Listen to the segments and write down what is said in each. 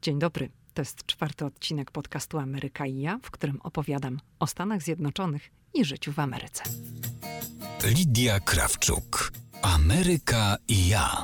Dzień dobry. To jest 4. odcinek podcastu Ameryka i ja, w którym opowiadam o Stanach Zjednoczonych i życiu w Ameryce. Lidia Krawczuk. Ameryka i ja.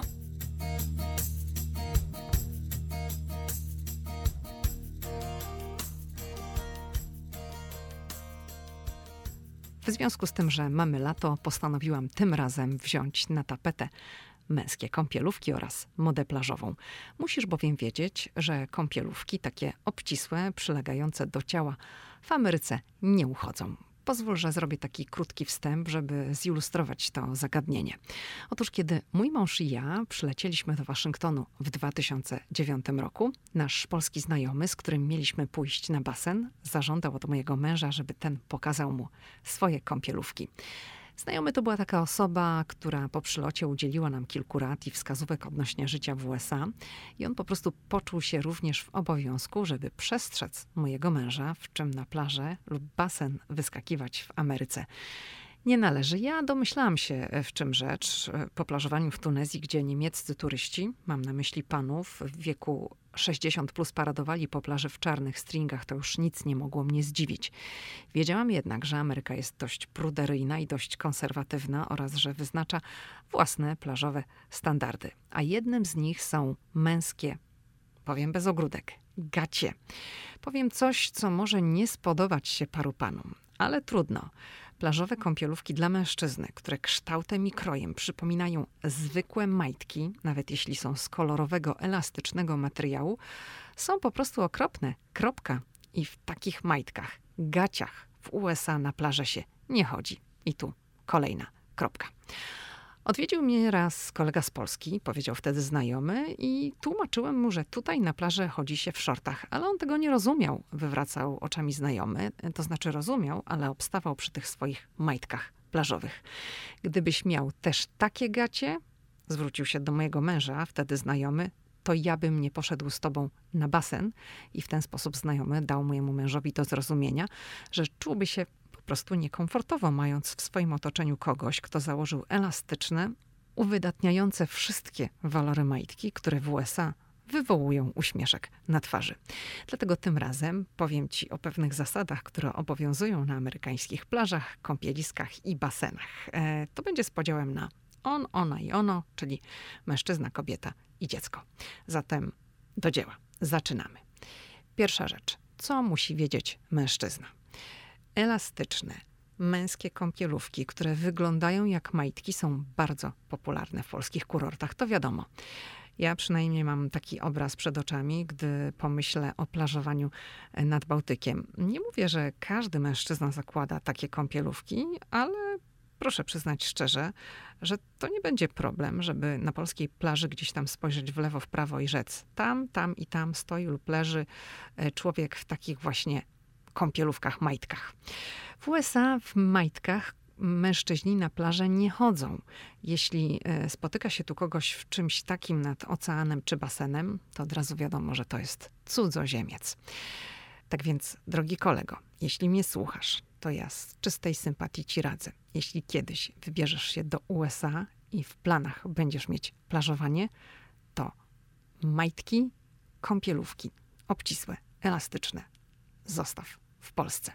W związku z tym, że mamy lato, postanowiłam tym razem wziąć na tapetę męskie kąpielówki oraz modę plażową. Musisz bowiem wiedzieć, że kąpielówki, takie obcisłe, przylegające do ciała, w Ameryce nie uchodzą. Pozwól, że zrobię taki krótki wstęp, żeby zilustrować to zagadnienie. Otóż, kiedy mój mąż i ja przylecieliśmy do Waszyngtonu w 2009 roku, nasz polski znajomy, z którym mieliśmy pójść na basen, zażądał od mojego męża, żeby ten pokazał mu swoje kąpielówki. Znajomy to była taka osoba, która po przylocie udzieliła nam kilku rad i wskazówek odnośnie życia w USA i on po prostu poczuł się również w obowiązku, żeby przestrzec mojego męża, w czym na plażę lub basen wyskakiwać w Ameryce nie należy. Ja domyślałam się, w czym rzecz. Po plażowaniu w Tunezji, gdzie niemieccy turyści, mam na myśli panów w wieku 60+ paradowali po plaży w czarnych stringach, to już nic nie mogło mnie zdziwić. Wiedziałam jednak, że Ameryka jest dość pruderyjna i dość konserwatywna oraz, że wyznacza własne plażowe standardy. A jednym z nich są męskie, powiem bez ogródek, gacie. Powiem coś, co może nie spodobać się paru panom, ale trudno. Plażowe kąpielówki dla mężczyzny, które kształtem i krojem przypominają zwykłe majtki, nawet jeśli są z kolorowego, elastycznego materiału, są po prostu okropne. Kropka. I w takich majtkach, gaciach w USA na plażę się nie chodzi. I tu kolejna kropka. Odwiedził mnie raz kolega z Polski, powiedział wtedy znajomy i tłumaczyłem mu, że tutaj na plażę chodzi się w szortach, ale on tego nie rozumiał, wywracał oczami znajomy, to znaczy rozumiał, ale obstawał przy tych swoich majtkach plażowych. Gdybyś miał też takie gacie, zwrócił się do mojego męża, wtedy znajomy, to ja bym nie poszedł z tobą na basen i w ten sposób znajomy dał mojemu mężowi do zrozumienia, że czułby się po prostu niekomfortowo, mając w swoim otoczeniu kogoś, kto założył elastyczne, uwydatniające wszystkie walory majtki, które w USA wywołują uśmieszek na twarzy. Dlatego tym razem powiem ci o pewnych zasadach, które obowiązują na amerykańskich plażach, kąpieliskach i basenach. To będzie z podziałem na on, ona i ono, czyli mężczyzna, kobieta i dziecko. Zatem do dzieła. Zaczynamy. Pierwsza rzecz. Co musi wiedzieć mężczyzna? Elastyczne, męskie kąpielówki, które wyglądają jak majtki, są bardzo popularne w polskich kurortach, to wiadomo. Ja przynajmniej mam taki obraz przed oczami, gdy pomyślę o plażowaniu nad Bałtykiem. Nie mówię, że każdy mężczyzna zakłada takie kąpielówki, ale proszę przyznać szczerze, że to nie będzie problem, żeby na polskiej plaży gdzieś tam spojrzeć w lewo, w prawo i rzec. Tam i tam stoi lub leży człowiek w takich właśnie kąpielówkach, majtkach. W USA w majtkach mężczyźni na plażę nie chodzą. Jeśli spotyka się tu kogoś w czymś takim nad oceanem czy basenem, to od razu wiadomo, że to jest cudzoziemiec. Tak więc, drogi kolego, jeśli mnie słuchasz, to ja z czystej sympatii ci radzę. Jeśli kiedyś wybierzesz się do USA i w planach będziesz mieć plażowanie, to majtki, kąpielówki, obcisłe, elastyczne, zostaw w Polsce.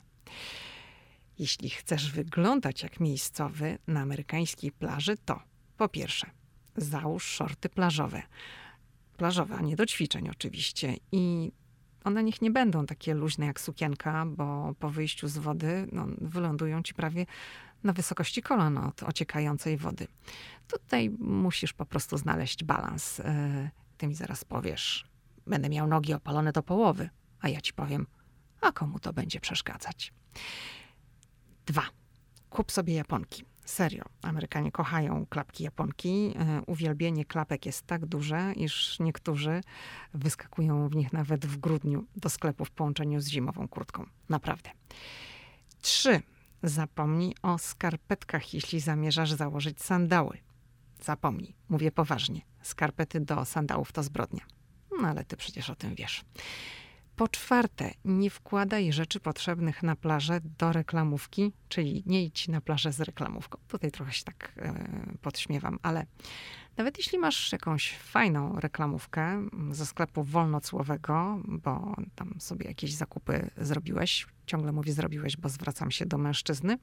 Jeśli chcesz wyglądać jak miejscowy na amerykańskiej plaży, to po pierwsze załóż szorty plażowe. Plażowe, a nie do ćwiczeń oczywiście. I one niech nie będą takie luźne jak sukienka, bo po wyjściu z wody wylądują ci prawie na wysokości kolan od ociekającej wody. Tutaj musisz po prostu znaleźć balans. Ty mi zaraz powiesz, będę miał nogi opalone do połowy, a ja ci powiem, a komu to będzie przeszkadzać. 2. Kup sobie japonki. Serio, Amerykanie kochają klapki japonki. Uwielbienie klapek jest tak duże, iż niektórzy wyskakują w nich nawet w grudniu do sklepu w połączeniu z zimową kurtką. Naprawdę. 3. Zapomnij o skarpetkach, jeśli zamierzasz założyć sandały. Zapomnij, mówię poważnie. Skarpety do sandałów to zbrodnia. No ale ty przecież o tym wiesz. Po czwarte, nie wkładaj rzeczy potrzebnych na plażę do reklamówki, czyli nie idź na plażę z reklamówką. Tutaj trochę się tak podśmiewam, ale nawet jeśli masz jakąś fajną reklamówkę ze sklepu wolnocłowego, bo tam sobie jakieś zakupy zrobiłeś, ciągle mówię zrobiłeś, bo zwracam się do mężczyzny,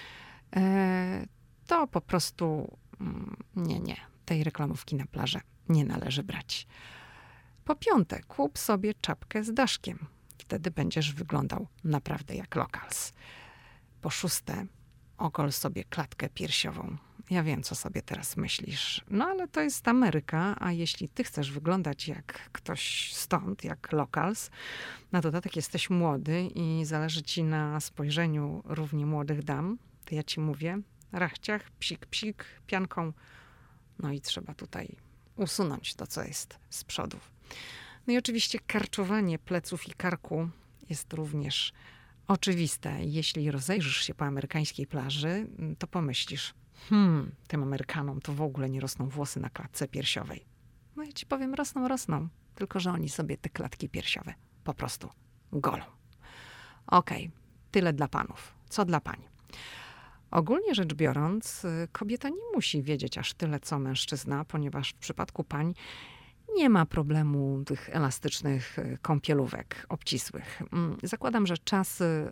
to po prostu nie, tej reklamówki na plażę nie należy brać. Po piąte, kup sobie czapkę z daszkiem. Wtedy będziesz wyglądał naprawdę jak locals. Po szóste, ogol sobie klatkę piersiową. Ja wiem, co sobie teraz myślisz. No ale to jest Ameryka, a jeśli ty chcesz wyglądać jak ktoś stąd, jak locals, na dodatek jesteś młody i zależy ci na spojrzeniu równie młodych dam, to ja ci mówię, rachciach, psik, psik, pianką. No i trzeba tutaj usunąć to, co jest z przodów. No i oczywiście karczowanie pleców i karku jest również oczywiste. Jeśli rozejrzysz się po amerykańskiej plaży, to pomyślisz, tym Amerykanom to w ogóle nie rosną włosy na klatce piersiowej. No ja ci powiem, rosną, tylko że oni sobie te klatki piersiowe po prostu golą. Okej, tyle dla panów. Co dla pań? Ogólnie rzecz biorąc, kobieta nie musi wiedzieć aż tyle, co mężczyzna, ponieważ w przypadku pań nie ma problemu tych elastycznych kąpielówek obcisłych. Zakładam, że czasy,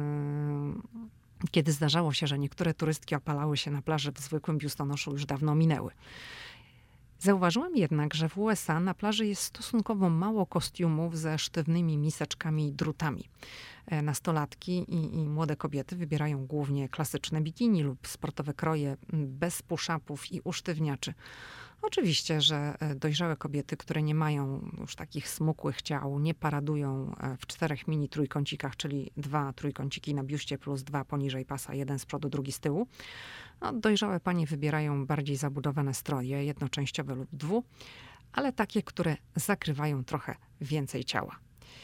kiedy zdarzało się, że niektóre turystki opalały się na plaży w zwykłym biustonoszu, już dawno minęły. Zauważyłam jednak, że w USA na plaży jest stosunkowo mało kostiumów ze sztywnymi miseczkami i drutami. Nastolatki i młode kobiety wybierają głównie klasyczne bikini lub sportowe kroje bez push-upów i usztywniaczy. Oczywiście, że dojrzałe kobiety, które nie mają już takich smukłych ciał, nie paradują w 4 mini trójkącikach, czyli 2 trójkąciki na biuście plus 2 poniżej pasa, jeden z przodu, drugi z tyłu. No, dojrzałe panie wybierają bardziej zabudowane stroje, jednoczęściowe lub ale takie, które zakrywają trochę więcej ciała.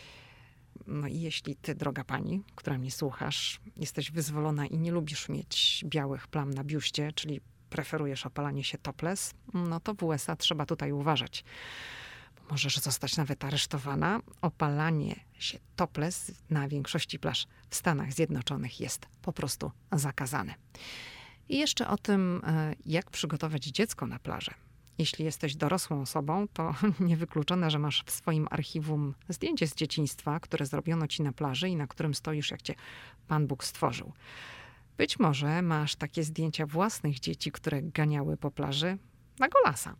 No i jeśli ty, droga pani, która mnie słuchasz, jesteś wyzwolona i nie lubisz mieć białych plam na biuście, czyli preferujesz opalanie się topless, no to w USA trzeba tutaj uważać. Możesz zostać nawet aresztowana. Opalanie się topless na większości plaż w Stanach Zjednoczonych jest po prostu zakazane. I jeszcze o tym, jak przygotować dziecko na plażę. Jeśli jesteś dorosłą osobą, to niewykluczone, że masz w swoim archiwum zdjęcie z dzieciństwa, które zrobiono ci na plaży i na którym stoisz, jak cię Pan Bóg stworzył. Być może masz takie zdjęcia własnych dzieci, które ganiały po plaży na golasa.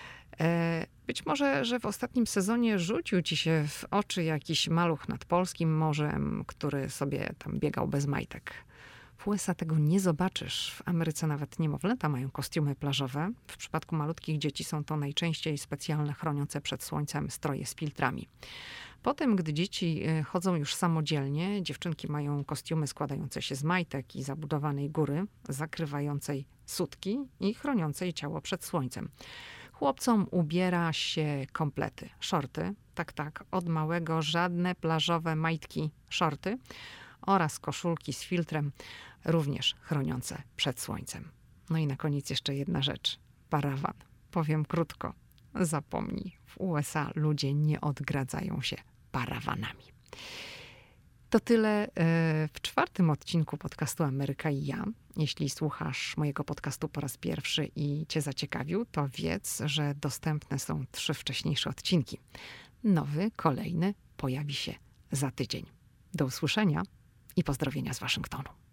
Być może, że w ostatnim sezonie rzucił ci się w oczy jakiś maluch nad polskim morzem, który sobie tam biegał bez majtek. W USA tego nie zobaczysz. W Ameryce nawet niemowlęta mają kostiumy plażowe. W przypadku malutkich dzieci są to najczęściej specjalne, chroniące przed słońcem stroje z filtrami. Potem, gdy dzieci chodzą już samodzielnie, dziewczynki mają kostiumy składające się z majtek i zabudowanej góry, zakrywającej sutki i chroniącej ciało przed słońcem. Chłopcom ubiera się komplety, szorty, tak, od małego żadne plażowe majtki, szorty oraz koszulki z filtrem, również chroniące przed słońcem. No i na koniec jeszcze jedna rzecz. Parawan. Powiem krótko. Zapomnij. W USA ludzie nie odgradzają się parawanami. To tyle w 4. odcinku podcastu Ameryka i ja. Jeśli słuchasz mojego podcastu po raz pierwszy i cię zaciekawił, to wiedz, że dostępne są 3 wcześniejsze odcinki. Nowy, kolejny pojawi się za tydzień. Do usłyszenia i pozdrowienia z Waszyngtonu.